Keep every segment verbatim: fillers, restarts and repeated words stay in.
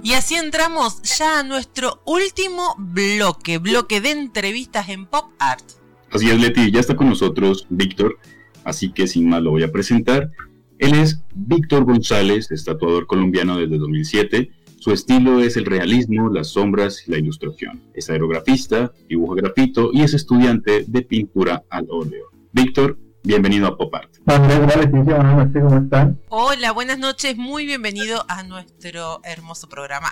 Y así entramos ya a nuestro último bloque, bloque de entrevistas en Pop Art. Así es, Leti, ya está con nosotros Víctor, así que sin más lo voy a presentar. Él es Víctor González, es tatuador colombiano desde dos mil siete. Su estilo es el realismo, las sombras y la ilustración. Es aerografista, dibuja grafito y es estudiante de pintura al óleo. Víctor, bienvenido a Pop Art. Hola, Leticia, buenas noches, ¿cómo están? Hola, buenas noches, muy bienvenido a nuestro hermoso programa,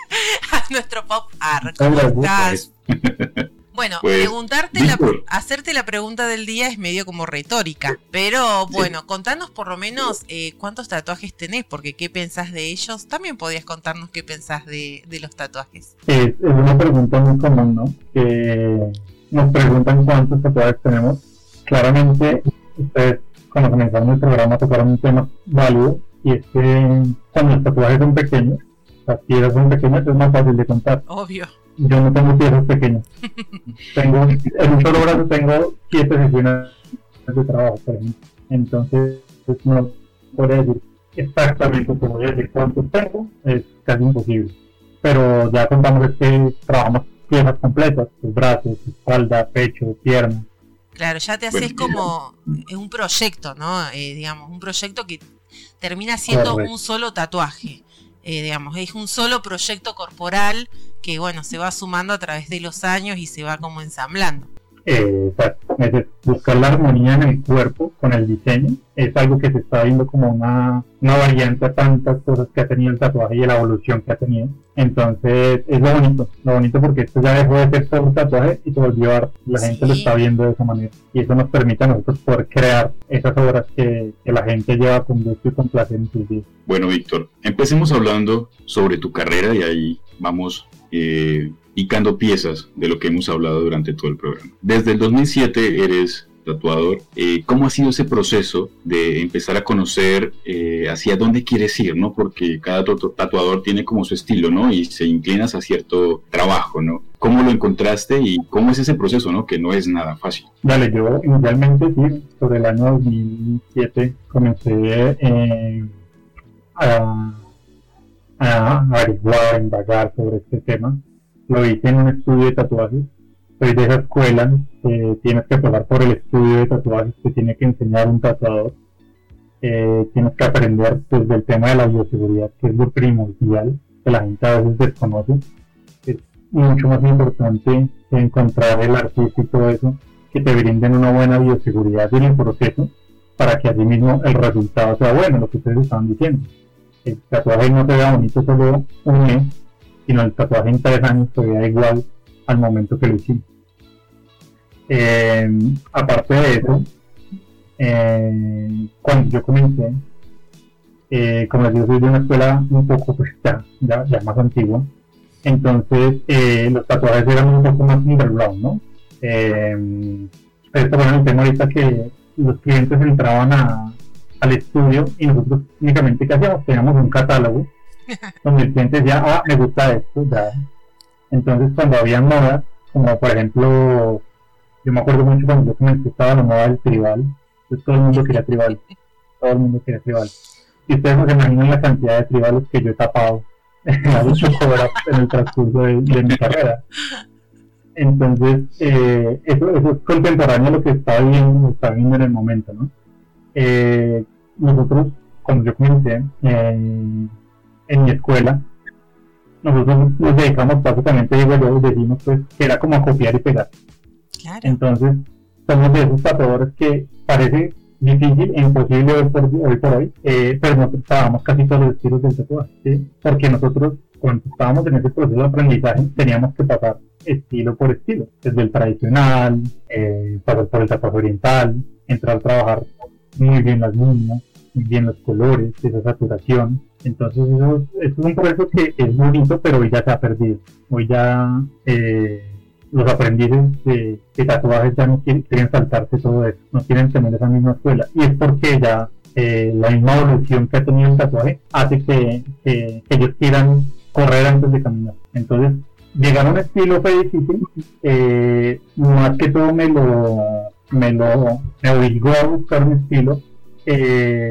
a nuestro Pop Art. ¿Cómo estás? Bueno, pues, preguntarte la, hacerte la pregunta del día es medio como retórica, pero bueno, sí. Contanos por lo menos eh, cuántos tatuajes tenés, porque qué pensás de ellos. También podías contarnos qué pensás de, de los tatuajes. Es, es una pregunta muy común, ¿no? Que nos preguntan cuántos tatuajes tenemos. Claramente, ustedes cuando comenzaron el programa tocaron un tema válido, y es que cuando los tatuajes son pequeños, las piedras son pequeñas, es más fácil de contar. Obvio. Yo no tengo piezas pequeñas. Tengo, en un solo brazo tengo siete sesiones de trabajo, por ejemplo. Entonces, pues, no podría decir exactamente cómo voy a decir cuántos tengo, es casi imposible. Pero ya contamos es que trabajamos piezas completas, los brazos, espalda, pecho, piernas. Claro, ya te haces como un proyecto, ¿no? Eh, digamos, un proyecto que termina siendo Correcto. Un solo tatuaje. Eh, digamos, es un solo proyecto corporal que, bueno, se va sumando a través de los años y se va como ensamblando. Eh, exacto, es decir, buscar la armonía en el cuerpo con el diseño es algo que se está viendo como una, una variante a tantas cosas que ha tenido el tatuaje y la evolución que ha tenido. Entonces es lo bonito, lo bonito porque esto ya dejó de ser solo un tatuaje y se volvió arte. La sí. gente lo está viendo de esa manera y eso nos permite a nosotros poder crear esas obras que, que la gente lleva con gusto y con placer en sus vidas. Bueno, Víctor, empecemos hablando sobre tu carrera y ahí vamos eh, picando piezas de lo que hemos hablado durante todo el programa. Desde el dos mil siete eres tatuador. Eh, ¿Cómo ha sido ese proceso de empezar a conocer eh, hacia dónde quieres ir, ¿no? Porque cada tatuador tiene como su estilo, ¿no? Y se inclina hacia cierto trabajo, ¿no? ¿Cómo lo encontraste y cómo es ese proceso, ¿no? Que no es nada fácil. Dale, yo inicialmente sí, sobre el año dos mil siete comencé eh, a, a averiguar, a indagar sobre este tema. Lo hice en un estudio de tatuajes. Soy de esa escuela que tienes que pasar por el estudio de tatuajes, que tiene que enseñar un tatuador. Eh, tienes que aprender pues, del tema de la bioseguridad, que es lo primordial, que la gente a veces desconoce. Es mucho más importante que encontrar el artista y todo eso, que te brinden una buena bioseguridad en el proceso, para que así mismo el resultado sea bueno, lo que ustedes estaban diciendo. El tatuaje no se vea bonito solo un mes, sino el tatuaje en tres años se vea igual al momento que lo hicimos. Eh, aparte de eso, eh, cuando yo comencé, eh, como les digo, soy de una escuela un poco pues, ya, ya, ya más antigua, entonces eh, los tatuajes eran un poco más underground, ¿no? Eh, esto bueno, el tema ahorita que los clientes entraban a, al estudio y nosotros únicamente ¿qué hacíamos? Teníamos un catálogo donde el cliente decía, ah, me gusta esto, ya. Entonces cuando había modas, como por ejemplo, yo me acuerdo mucho cuando yo comencé, estaba la moda del tribal, entonces todo el mundo quería tribal, todo el mundo quería tribal. Y ustedes no se imaginan la cantidad de tribales que yo he tapado en el transcurso de, de mi carrera. Entonces, eh, eso, eso es contemporáneo a lo que estaba viendo, estaba viendo en el momento, ¿no? Eh, nosotros, cuando yo comencé, eh, en mi escuela, nosotros nos dedicamos básicamente, digo yo, decimos pues que era como a copiar y pegar. Claro. Entonces, somos de esos tatuadores que parece difícil e imposible hoy por hoy, por hoy eh, pero nosotros trabajamos casi todos los estilos del tatuaje, ¿sí? Porque nosotros, cuando estábamos en ese proceso de aprendizaje, teníamos que pasar estilo por estilo, desde el tradicional, eh, pasar por el tatuaje oriental, entrar a trabajar muy bien las líneas, muy bien los colores, esa saturación. Entonces eso, eso es un proceso que es bonito, pero hoy ya se ha perdido. Hoy ya eh, los aprendices de, de tatuajes ya no quieren, quieren saltarse todo eso, no quieren tener esa misma escuela. Y es porque ya eh, la misma evolución que ha tenido el tatuaje hace que, que, que ellos quieran correr antes de caminar. Entonces llegar a un estilo fue difícil, eh, más que todo me lo, me lo me obligó a buscar un estilo. Eh,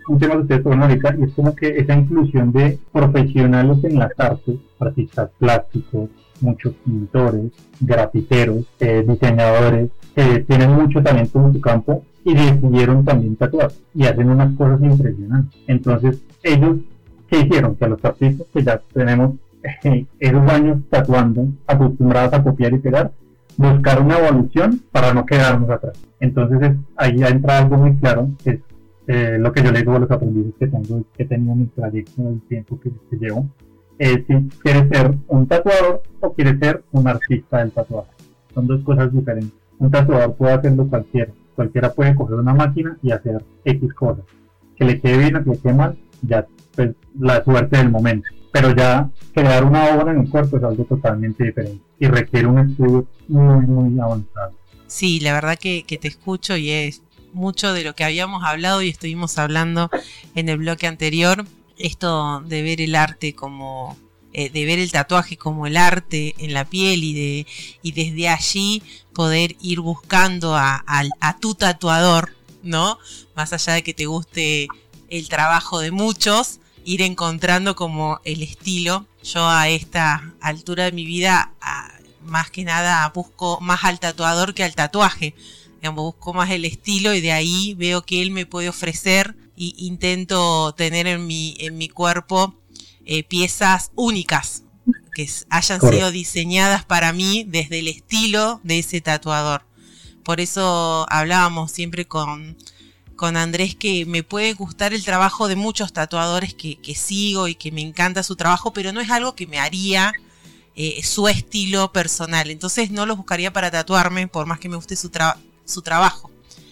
un tema que ustedes toman ahorita, y es como que esa inclusión de profesionales en las artes, artistas plásticos, muchos pintores, grafiteros, eh, diseñadores, que tienen mucho talento en su campo y decidieron también tatuar y hacen unas cosas impresionantes. Entonces ellos, ¿qué hicieron? Que a los artistas que ya tenemos eh, esos años tatuando, acostumbrados a copiar y pegar, buscar una evolución para no quedarnos atrás. Entonces es, ahí ya entra algo muy claro, que es eh, lo que yo le digo a los aprendices que tengo, que he tenido en mi trayecto, el tiempo que, que llevo, es si quieres ser un tatuador o quieres ser un artista del tatuaje. Son dos cosas diferentes. Un tatuador puede hacerlo cualquiera, cualquiera puede coger una máquina y hacer X cosas. Que le quede bien o que le quede mal, ya pues la suerte del momento. Pero ya crear una obra en el cuerpo es algo totalmente diferente y requiere un estudio muy, muy avanzado. Sí, la verdad que, que te escucho y es mucho de lo que habíamos hablado y estuvimos hablando en el bloque anterior, esto de ver el arte como, eh, de ver el tatuaje como el arte en la piel y, de, y desde allí poder ir buscando a, a, a tu tatuador, ¿no? Más allá de que te guste el trabajo de muchos, ir encontrando como el estilo. Yo a esta altura de mi vida, a, más que nada busco más al tatuador que al tatuaje. Digamos, busco más el estilo y de ahí veo que él me puede ofrecer y intento tener en mi, en mi cuerpo eh, piezas únicas que hayan Correcto. Sido diseñadas para mí desde el estilo de ese tatuador. Por eso hablábamos siempre con... con Andrés, que me puede gustar el trabajo de muchos tatuadores que, que sigo y que me encanta su trabajo, pero no es algo que me haría eh, su estilo personal. Entonces no los buscaría para tatuarme, por más que me guste su, tra- su trabajo.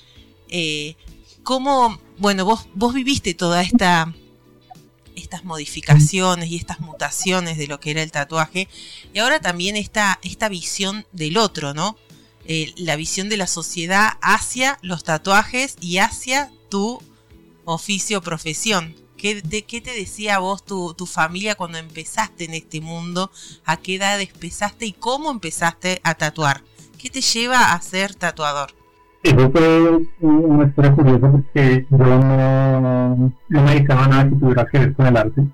Eh, ¿Cómo, bueno, vos, vos viviste toda esta estas modificaciones y estas mutaciones de lo que era el tatuaje, y ahora también esta, esta visión del otro, ¿no? Eh, la visión de la sociedad hacia los tatuajes y hacia tu oficio o profesión. ¿Qué, de, ¿Qué te decía vos tu, tu familia cuando empezaste en este mundo? ¿A qué edad empezaste y cómo empezaste a tatuar? ¿Qué te lleva a ser tatuador? Eso fue una historia curiosa porque yo no, no me dedicaba a nada que tuviera que ver con el arte.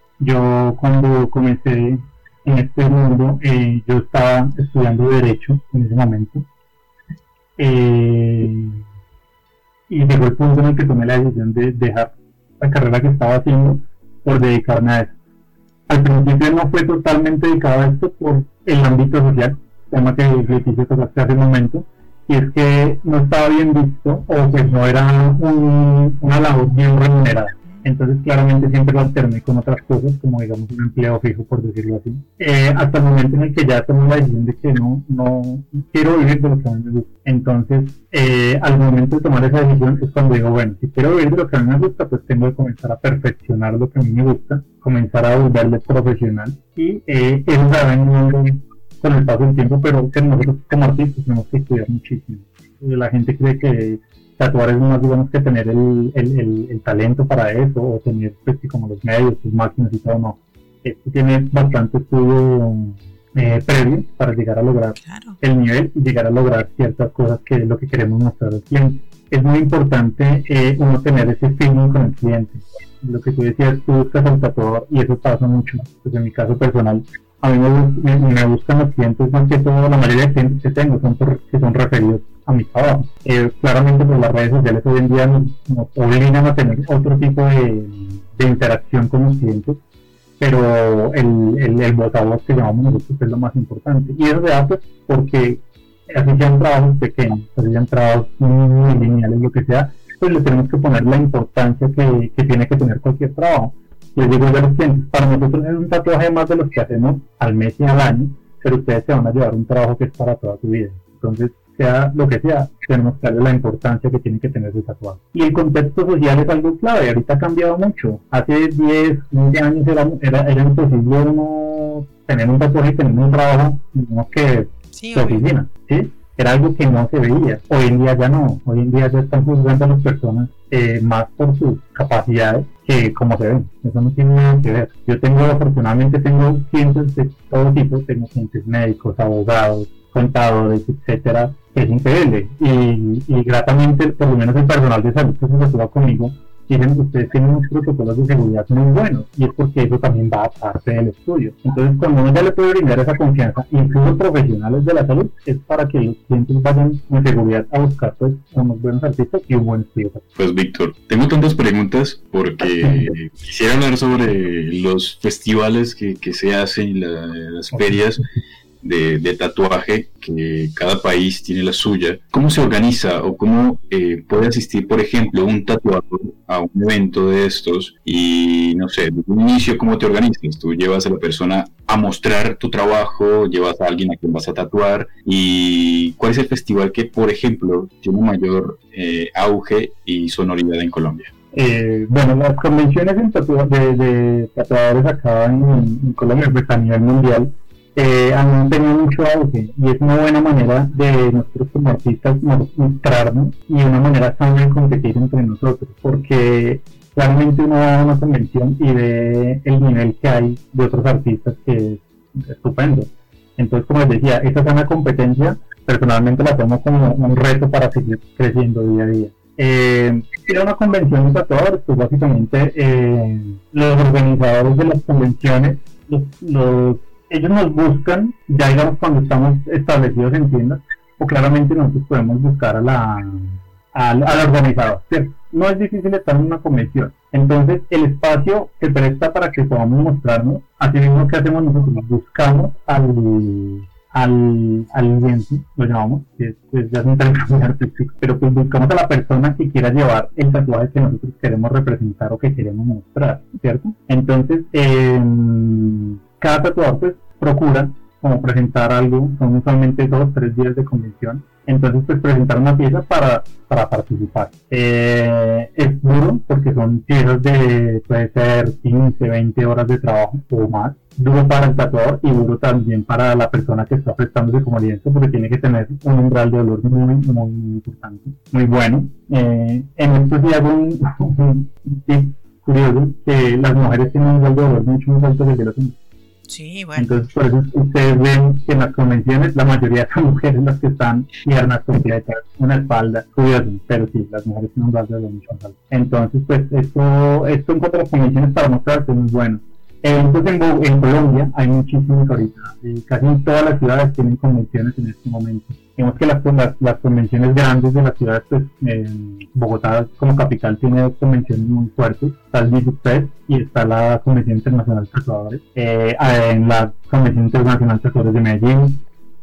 Yo cuando comencé en este mundo, eh, yo estaba estudiando Derecho en ese momento, eh, y llegó el punto en el que tomé la decisión de dejar la carrera que estaba haciendo por dedicarme a eso. Al principio no fue totalmente dedicado a esto por el ámbito social, tema que le quise tocaste hace un momento, y es que no estaba bien visto o pues no era un, una labor bien remunerada. Entonces claramente siempre lo alterné con otras cosas, como digamos un empleo fijo, por decirlo así. Eh, hasta el momento en el que ya tomé la decisión de que no, no quiero vivir de lo que a mí me gusta. Entonces, eh, al momento de tomar esa decisión es cuando digo, bueno, si quiero vivir de lo que a mí me gusta, pues tengo que comenzar a perfeccionar lo que a mí me gusta, comenzar a volverle profesional. Y eh, eso se va veniendo con el paso del tiempo, pero que nosotros como artistas tenemos que estudiar muchísimo. La gente cree que tatuar es más, digamos, que tener el, el, el, el talento para eso, o tener pues, como los medios, sus máquinas y todo, no. Esto tiene bastante estudio eh, previo para llegar a lograr claro. el nivel y llegar a lograr ciertas cosas que es lo que queremos mostrar al cliente. Es muy importante eh, uno tener ese feeling con el cliente. Lo que tú decías, tú buscas al tatuador y eso pasa mucho. Pues en mi caso personal, a mí me, me, me buscan los clientes, más que todo la mayoría de clientes que tengo son por, que son referidos a mi trabajo. Eh, claramente pues las redes sociales hoy en día nos, nos obligan a tener otro tipo de, de interacción con los clientes, pero el, el, el voz a voz que llamamos nosotros es lo más importante. Y eso se da pues porque así sean trabajos pequeños, así sean trabajos muy lineales, lo que sea, pues le tenemos que poner la importancia que, que tiene que tener cualquier trabajo. Les digo a los clientes, para nosotros es un tatuaje más de los que hacemos al mes y al año, pero ustedes se van a llevar un trabajo que es para toda su vida. Entonces, sea lo que sea, tenemos que darle la importancia que tiene que tener ese tatuaje. Y el contexto social es algo clave, ahorita ha cambiado mucho. Hace diez, quince años era, era, era imposible uno tener un tatuaje y tener un trabajo, no que sí, de oficina, ¿sí? Era algo que no se veía. Hoy en día ya no, hoy en día ya están juzgando a las personas eh, más por sus capacidades que como se ven. Eso no tiene nada que ver. Yo tengo, afortunadamente tengo clientes de todo tipo, tengo clientes médicos, abogados, contadores, etcétera, que es increíble. Y, y gratamente, por lo menos el personal de salud que se tatúa conmigo, dicen ustedes tienen unos protocolos de seguridad muy buenos, y es porque eso también va a parte del estudio. Entonces, cuando uno ya le puede brindar esa confianza, incluso profesionales de la salud, es para que los clientes vayan con seguridad a buscar pues unos buenos artistas y un buen estudio. Pues Víctor, tengo tantas preguntas porque quisiera hablar sobre los festivales que, que se hacen, la, las ferias de, de tatuaje, que cada país tiene la suya. ¿Cómo se organiza o cómo eh, puede asistir, por ejemplo, un tatuador a un evento de estos? Y no sé, desde un inicio, ¿cómo te organizas? Tú llevas a la persona a mostrar tu trabajo, llevas a alguien a quien vas a tatuar, y ¿cuál es el festival que, por ejemplo, tiene mayor eh, auge y sonoridad en Colombia? Eh, bueno, las convenciones en tatu- de, de tatuadores acá en, en Colombia, pues a nivel mundial, Eh, han tenido mucho auge, y es una buena manera de nosotros como artistas mostrarnos y una manera sana de competir entre nosotros, porque claramente uno va a una convención y ve el nivel que hay de otros artistas, que es estupendo. Entonces, como les decía, esa sana competencia personalmente la tomo como un reto para seguir creciendo día a día. Eh, ir a una convención de tatuadores, pues básicamente eh, los organizadores de las convenciones, los, los ellos nos buscan, ya digamos cuando estamos establecidos en tiendas, o claramente nosotros podemos buscar a la, al, al organizador, ¿cierto? No es difícil estar en una convención, entonces el espacio se presta para que podamos mostrarnos. Así mismo que hacemos nosotros, buscamos al al al cliente, lo llamamos, que es, pues ya es un término muy artístico, pero pues buscamos a la persona que quiera llevar el tatuaje que nosotros queremos representar o que queremos mostrar, ¿cierto? Entonces, eh, cada tatuador pues procura como presentar algo, son usualmente dos, tres días de convención, entonces pues presentar una pieza para, para participar. Eh, es duro porque son piezas de, puede ser quince, veinte horas de trabajo o más, duro para el tatuador y duro también para la persona que está prestándose como lienzo, porque tiene que tener un umbral de dolor muy, muy importante, muy bueno. Eh, en esto sí hago un, un tip curioso, que las mujeres tienen un umbral de dolor mucho más alto que el de los hombres. Sí, bueno. Entonces, por eso ustedes ven que en las convenciones la mayoría son mujeres las que están piernas completas, una espalda, curioso, pero sí, las mujeres tienen un brazo de mucho más alto. Entonces, pues, esto, esto en cuanto a las convenciones para mostrarse es muy bueno. Eventos en, en Colombia hay muchísimos ahorita, eh, casi todas las ciudades tienen convenciones en este momento. Digamos que las, las, las convenciones grandes de las ciudades, pues eh, Bogotá como capital tiene dos convenciones muy fuertes, está el Music Fest y está la Convención Internacional de Tatuadores, eh, en la Convención Internacional de Tatuadores de Medellín,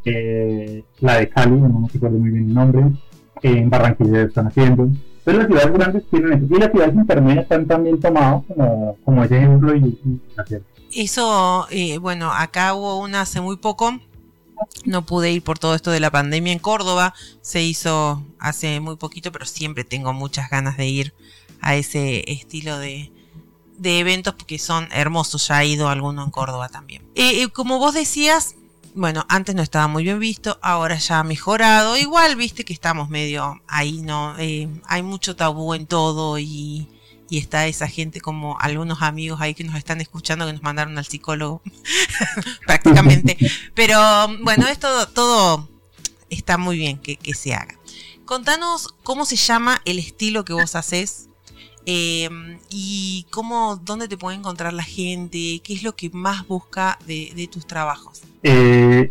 eh, la de Cali, no me acuerdo muy bien el nombre, eh, en Barranquilla están haciendo. Pero las ciudades grandes tienen eso, y las ciudades intermedias están también tomadas como, como ese ejemplo y, y hacer. Eso, eh, bueno, acá hubo una hace muy poco, no pude ir por todo esto de la pandemia. En Córdoba se hizo hace muy poquito, pero siempre tengo muchas ganas de ir a ese estilo de, de eventos porque son hermosos. Ya ha ido alguno en Córdoba también. Eh, eh, como vos decías, bueno, antes no estaba muy bien visto, ahora ya ha mejorado. Igual, viste que estamos medio ahí, ¿no? Eh, hay mucho tabú en todo y, y está esa gente como algunos amigos ahí que nos están escuchando que nos mandaron al psicólogo prácticamente. Pero bueno, esto todo está muy bien que, que se haga. Contanos cómo se llama el estilo que vos haces. Eh, y cómo, dónde te puede encontrar la gente, qué es lo que más busca de, de tus trabajos. Eh,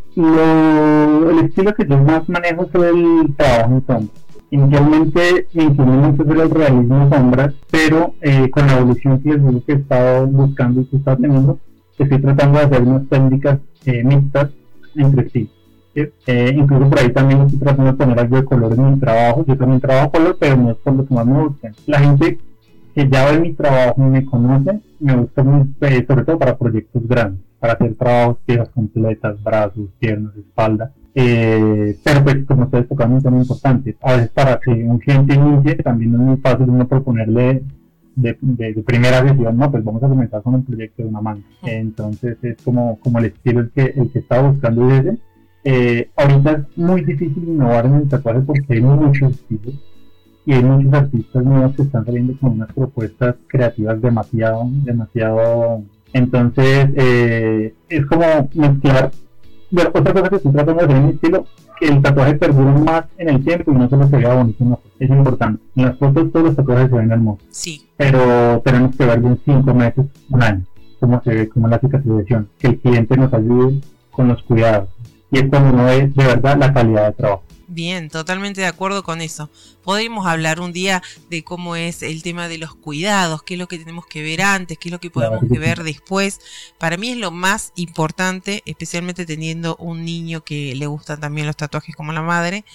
lo, el estilo que yo más manejo es el trabajo en sombras. Inicialmente me incliné mucho por el realismo en sombras, pero eh, con la evolución que les digo que he estado buscando y que he estado teniendo, estoy tratando de hacer unas técnicas eh, mixtas entre sí. ¿Sí? Eh, incluso por ahí también estoy tratando de poner algo de color en mi trabajo. Yo también trabajo color, pero no es por lo que más me gusta. La gente que ya ve mi trabajo y me conoce, me gusta muy, eh, sobre todo para proyectos grandes, para hacer trabajos, piezas completas, brazos, piernas, espalda. Eh, pero pues como ustedes tocan es muy importante. A veces para que un cliente inicie también es muy fácil uno proponerle de, de, de primera sesión, no, pues vamos a comenzar con el proyecto de una manga. Entonces es como, como el estilo el que, el que estaba buscando ese. Eh, ahorita es muy difícil innovar en el tatuaje porque hay muchos estilos y hay muchos artistas nuevos que están saliendo con unas propuestas creativas demasiado, demasiado. Entonces eh, es como mezclar. Bueno, otra cosa que estoy tratando de hacer en mi estilo que el tatuaje perdure más en el tiempo y no solo se vea bonito en la foto. Es importante. En las fotos todos los tatuajes se ven hermosos. Sí. Pero tenemos que ver bien cinco meses, un año, cómo se ve, cómo es la cicatrización. Que el cliente nos ayude con los cuidados. Y es cuando uno ve de verdad la calidad de trabajo. Bien, totalmente de acuerdo con eso. Podemos hablar un día de cómo es el tema de los cuidados, qué es lo que tenemos que ver antes, qué es lo que podemos que ver después. Para mí es lo más importante, especialmente teniendo un niño que le gustan también los tatuajes como la madre.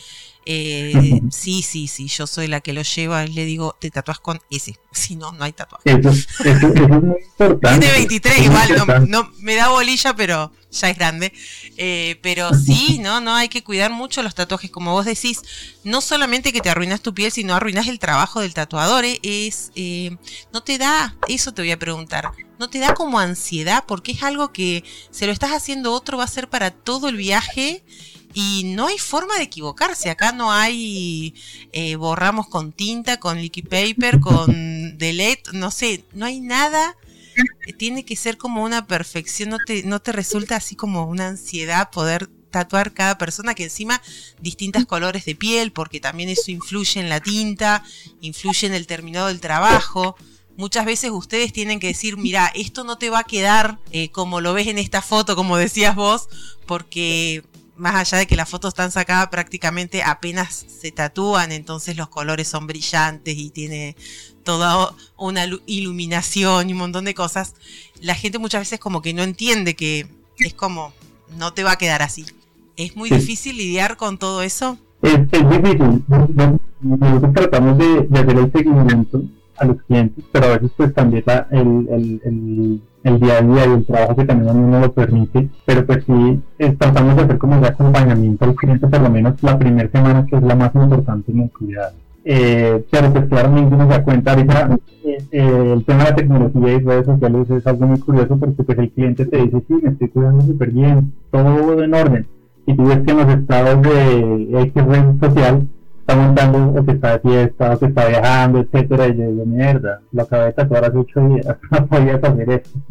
Eh, sí, sí, sí, yo soy la que lo lleva y le digo, te tatuas con ese, si no, no hay tatuaje. Eso, eso, eso es muy importante. Tiene veintitrés igual, no, no, me da bolilla, pero ya es grande. Eh, pero sí, no, no, hay que cuidar mucho los tatuajes, como vos decís, no solamente que te arruinas tu piel, sino arruinas el trabajo del tatuador, eh, es, eh, no te da, eso te voy a preguntar, no te da como ansiedad, porque es algo que se lo estás haciendo otro, va a ser para todo el viaje. Y no hay forma de equivocarse, acá no hay eh, borramos con tinta, con liquid paper, con delete, no sé, no hay nada, tiene que ser como una perfección, no te, no te resulta así como una ansiedad poder tatuar cada persona, que encima distintos colores de piel, porque también eso influye en la tinta, influye en el terminado del trabajo. Muchas veces ustedes tienen que decir, mira, esto no te va a quedar eh, como lo ves en esta foto, como decías vos, porque más allá de que las fotos están sacadas prácticamente apenas se tatúan, entonces los colores son brillantes y tiene toda una iluminación y un montón de cosas, la gente muchas veces como que no entiende que es como, no te va a quedar así. ¿Es muy difícil lidiar con todo eso? Es, es difícil. Nosotros tratamos de, de hacer el seguimiento a los clientes, pero a veces pues también la, el, el, el, el día a día y el trabajo que también a mí no lo permite, pero pues sí eh, tratamos de hacer como ese acompañamiento al cliente por lo menos la primera semana, que es la más importante en el cuidado. Eh, pero pues claramente uno se da cuenta ahorita eh, eh, el tema de la tecnología y redes sociales es algo muy curioso, porque pues el cliente te dice, sí, me estoy cuidando súper bien, todo en orden, y tú ves que en los estados de X red social está montando o que está de fiesta o que está viajando, etcétera, y yo digo, mierda, lo acabé de tatuar hace ocho días, no podías hacer eso.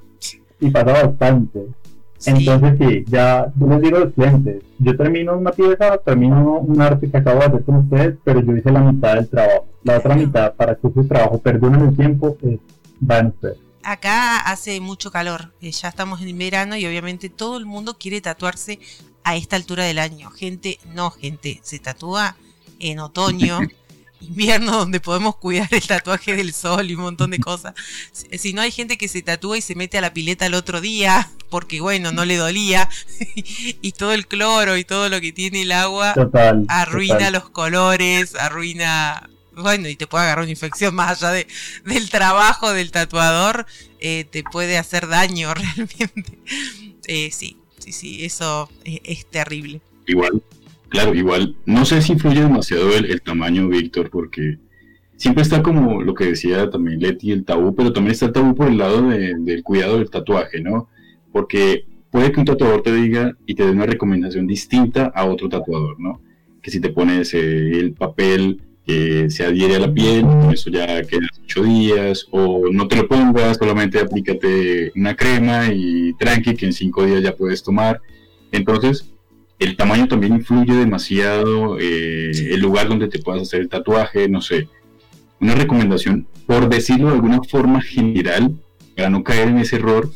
Y pasa bastante. Sí. Entonces sí, ya yo les digo a los clientes, yo termino una pieza, termino un arte que acabo de hacer con ustedes, pero yo hice la mitad del trabajo. La otra mitad, para que ese trabajo perdure en el tiempo, es, va en ustedes. Acá hace mucho calor, eh, ya estamos en verano y obviamente todo el mundo quiere tatuarse a esta altura del año. Gente, no gente, se tatúa en otoño, invierno, donde podemos cuidar el tatuaje del sol y un montón de cosas. Si, si no, hay gente que se tatúa y se mete a la pileta el otro día porque bueno, no le dolía y todo el cloro y todo lo que tiene el agua total, arruina total. los colores, arruina, bueno, y te puede agarrar una infección más allá de, del trabajo del tatuador, eh, te puede hacer daño realmente. Eh, sí, sí, sí, eso es, es terrible. Igual. Claro, igual, no sé si influye demasiado el, el tamaño, Víctor, porque siempre está como lo que decía también Leti, el tabú, pero también está el tabú por el lado de, del cuidado del tatuaje, ¿no? Porque puede que un tatuador te diga y te dé una recomendación distinta a otro tatuador, ¿no? Que si te pones eh, el papel que se adhiere a la piel, eso ya quedan ocho días, o no te lo pongas, solamente aplícate una crema y tranqui, que en cinco días ya puedes tomar. Entonces, el tamaño también influye demasiado, eh, el lugar donde te puedas hacer el tatuaje, no sé. Una recomendación, por decirlo de alguna forma general, para no caer en ese error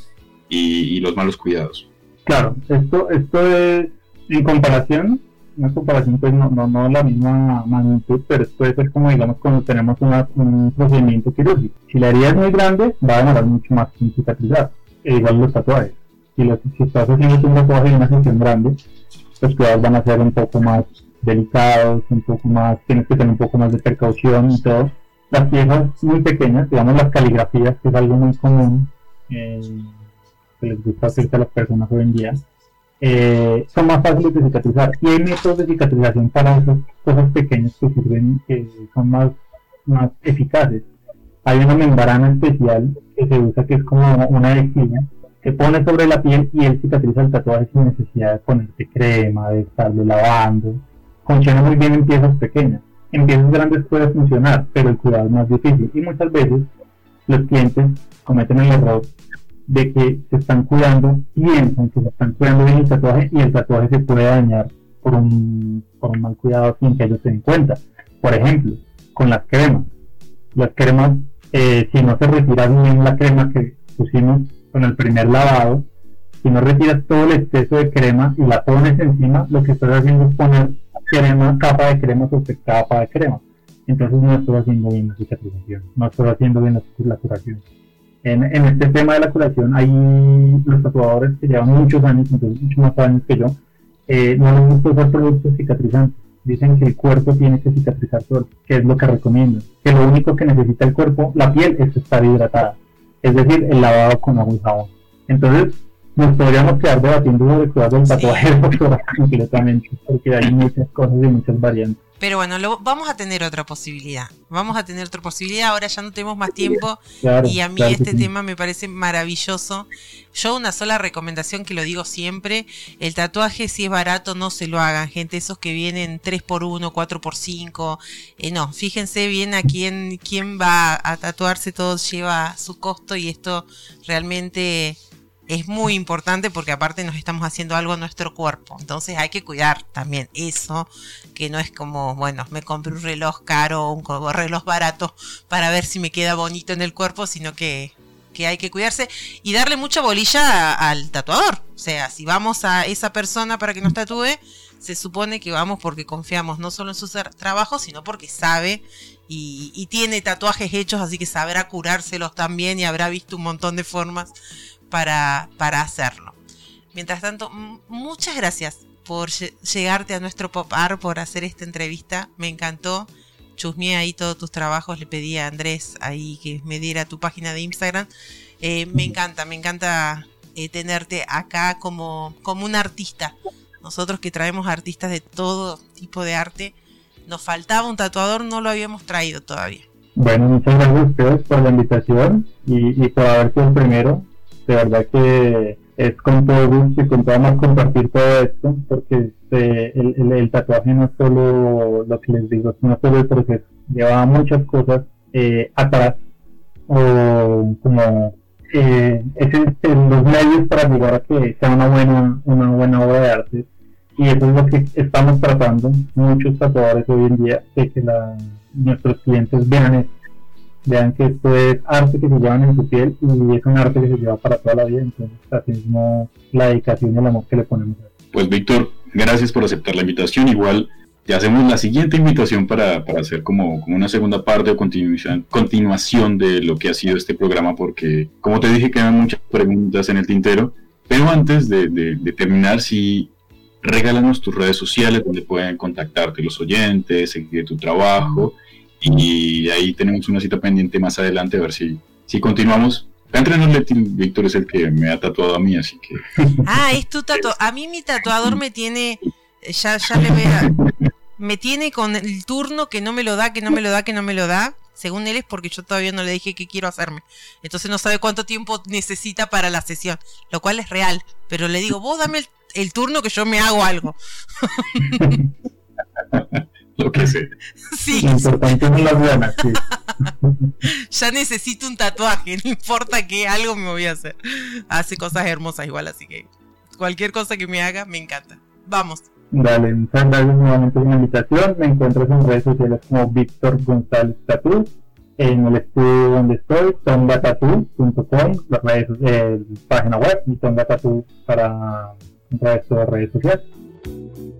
y, y los malos cuidados. Claro, esto esto es en comparación, una comparación pues no, no, no la misma magnitud, pero puede ser como digamos cuando tenemos una, un procedimiento quirúrgico. Si la herida es muy grande, va a demorar mucho más en cicatrizar, e igual los tatuajes. Si, los, si estás haciendo un tatuaje de una sección grande, los cuidados van a ser un poco más delicados, un poco más, tienes que tener un poco más de precaución y todo. Las piezas muy pequeñas, digamos las caligrafías, que es algo muy común, eh, que les gusta hacerse a las personas hoy en día, eh, son más fáciles de cicatrizar. Y hay métodos de cicatrización para esas cosas pequeñas que sirven, que son más, más eficaces. Hay una membrana especial que se usa, que es como una vexilla, se pone sobre la piel y él cicatriza el tatuaje sin necesidad de ponerte crema, de estarlo lavando. Funciona muy bien en piezas pequeñas. En piezas grandes puede funcionar, pero el cuidado es más difícil. Y muchas veces los clientes cometen el error de que se están cuidando, piensan que se están cuidando bien el tatuaje y el tatuaje se puede dañar por un, por un mal cuidado sin que ellos se den cuenta. Por ejemplo, con las cremas. Las cremas, eh, si no se retira bien la crema que pusimos con el primer lavado, si no retiras todo el exceso de crema y la pones encima, lo que estás haciendo es poner crema, capa de crema sobre capa de crema. Entonces no estás haciendo bien la cicatrización, no estás haciendo bien la, la curación. En, en este tema de la curación, hay los tatuadores que llevan muchos años, entonces muchos más años que yo, eh, no les gusta usar productos cicatrizantes. Dicen que el cuerpo tiene que cicatrizar todo, que es lo que recomiendan. Que lo único que necesita el cuerpo, la piel, es estar hidratada. Es decir, el lavado con agua y jabón. Entonces, nos podríamos quedar debatiendo sobre cuidado del tatuaje doctora completamente, porque hay muchas cosas y muchas variantes. Pero bueno, lo, vamos a tener otra posibilidad. Vamos a tener otra posibilidad. Ahora ya no tenemos más tiempo. Claro, y a mí claro este sí. tema me parece maravilloso. Yo una sola recomendación que lo digo siempre. El tatuaje, si es barato, no se lo hagan, gente. Esos que vienen tres por uno, cuatro por cinco. Eh, no, fíjense bien a quién, quién va a tatuarse. Todo lleva su costo y esto realmente es muy importante porque aparte nos estamos haciendo algo a nuestro cuerpo. Entonces hay que cuidar también eso, que no es como, bueno, me compré un reloj caro o un reloj barato para ver si me queda bonito en el cuerpo, sino que, que hay que cuidarse y darle mucha bolilla a, al tatuador. O sea, si vamos a esa persona para que nos tatúe, se supone que vamos porque confiamos no solo en su trabajo, sino porque sabe y, y tiene tatuajes hechos, así que sabrá curárselos también y habrá visto un montón de formas Para, para hacerlo. Mientras tanto, m- muchas gracias por lle- llegarte a nuestro Pop Art, por hacer esta entrevista. Me encantó. Chusmeé ahí todos tus trabajos. Le pedí a Andrés ahí que me diera tu página de Instagram. Eh, me encanta, me encanta eh, tenerte acá como, como un artista. Nosotros que traemos artistas de todo tipo de arte, nos faltaba un tatuador, no lo habíamos traído todavía. Bueno, muchas gracias a ustedes por la invitación y, y por haber sido el primero. De verdad que es con todo gusto y con todo amor compartir todo esto, porque este, el, el, el tatuaje no es solo lo que les digo, no es solo el proceso, lleva muchas cosas eh, atrás, o como eh, es este, los medios para llegar a que sea una buena, una buena obra de arte, y eso es lo que estamos tratando, muchos tatuadores hoy en día, de que la, nuestros clientes vean esto. Vean que esto es arte que se llevan en su piel y es un arte que se lleva para toda la vida, entonces así mismo la dedicación y el amor que le ponemos a eso. Pues Víctor, gracias por aceptar la invitación. Igual te hacemos la siguiente invitación para, para hacer como, como una segunda parte o continuación, continuación de lo que ha sido este programa, porque como te dije quedan muchas preguntas en el tintero, pero antes de, de, de terminar, sí, regálanos tus redes sociales donde pueden contactarte los oyentes, seguir tu trabajo. Y ahí tenemos una cita pendiente más adelante a ver si, si continuamos. Entre nos, Leti, Víctor es el que me ha tatuado a mí, así que... Ah, es tu tatuador. A mí mi tatuador me tiene... Ya, ya le vea. Me tiene con el turno que no me lo da, que no me lo da, que no me lo da. Según él es porque yo todavía no le dije qué quiero hacerme. Entonces no sabe cuánto tiempo necesita para la sesión. Lo cual es real. Pero le digo, vos dame el, el turno que yo me hago algo. Lo que sé. Sí. Lo importante son las ganas, sí. Ya necesito un tatuaje, no importa qué, algo me voy a hacer. Hace cosas hermosas igual, así que cualquier cosa que me haga, me encanta. Vamos. Dale, muchas gracias nuevamente por la invitación. Me encuentras en redes sociales como Víctor González Tatú, en el estudio donde estoy, tonga tattoo punto com, la redes, eh, página web, y Tonga Tattoo para el resto de redes sociales.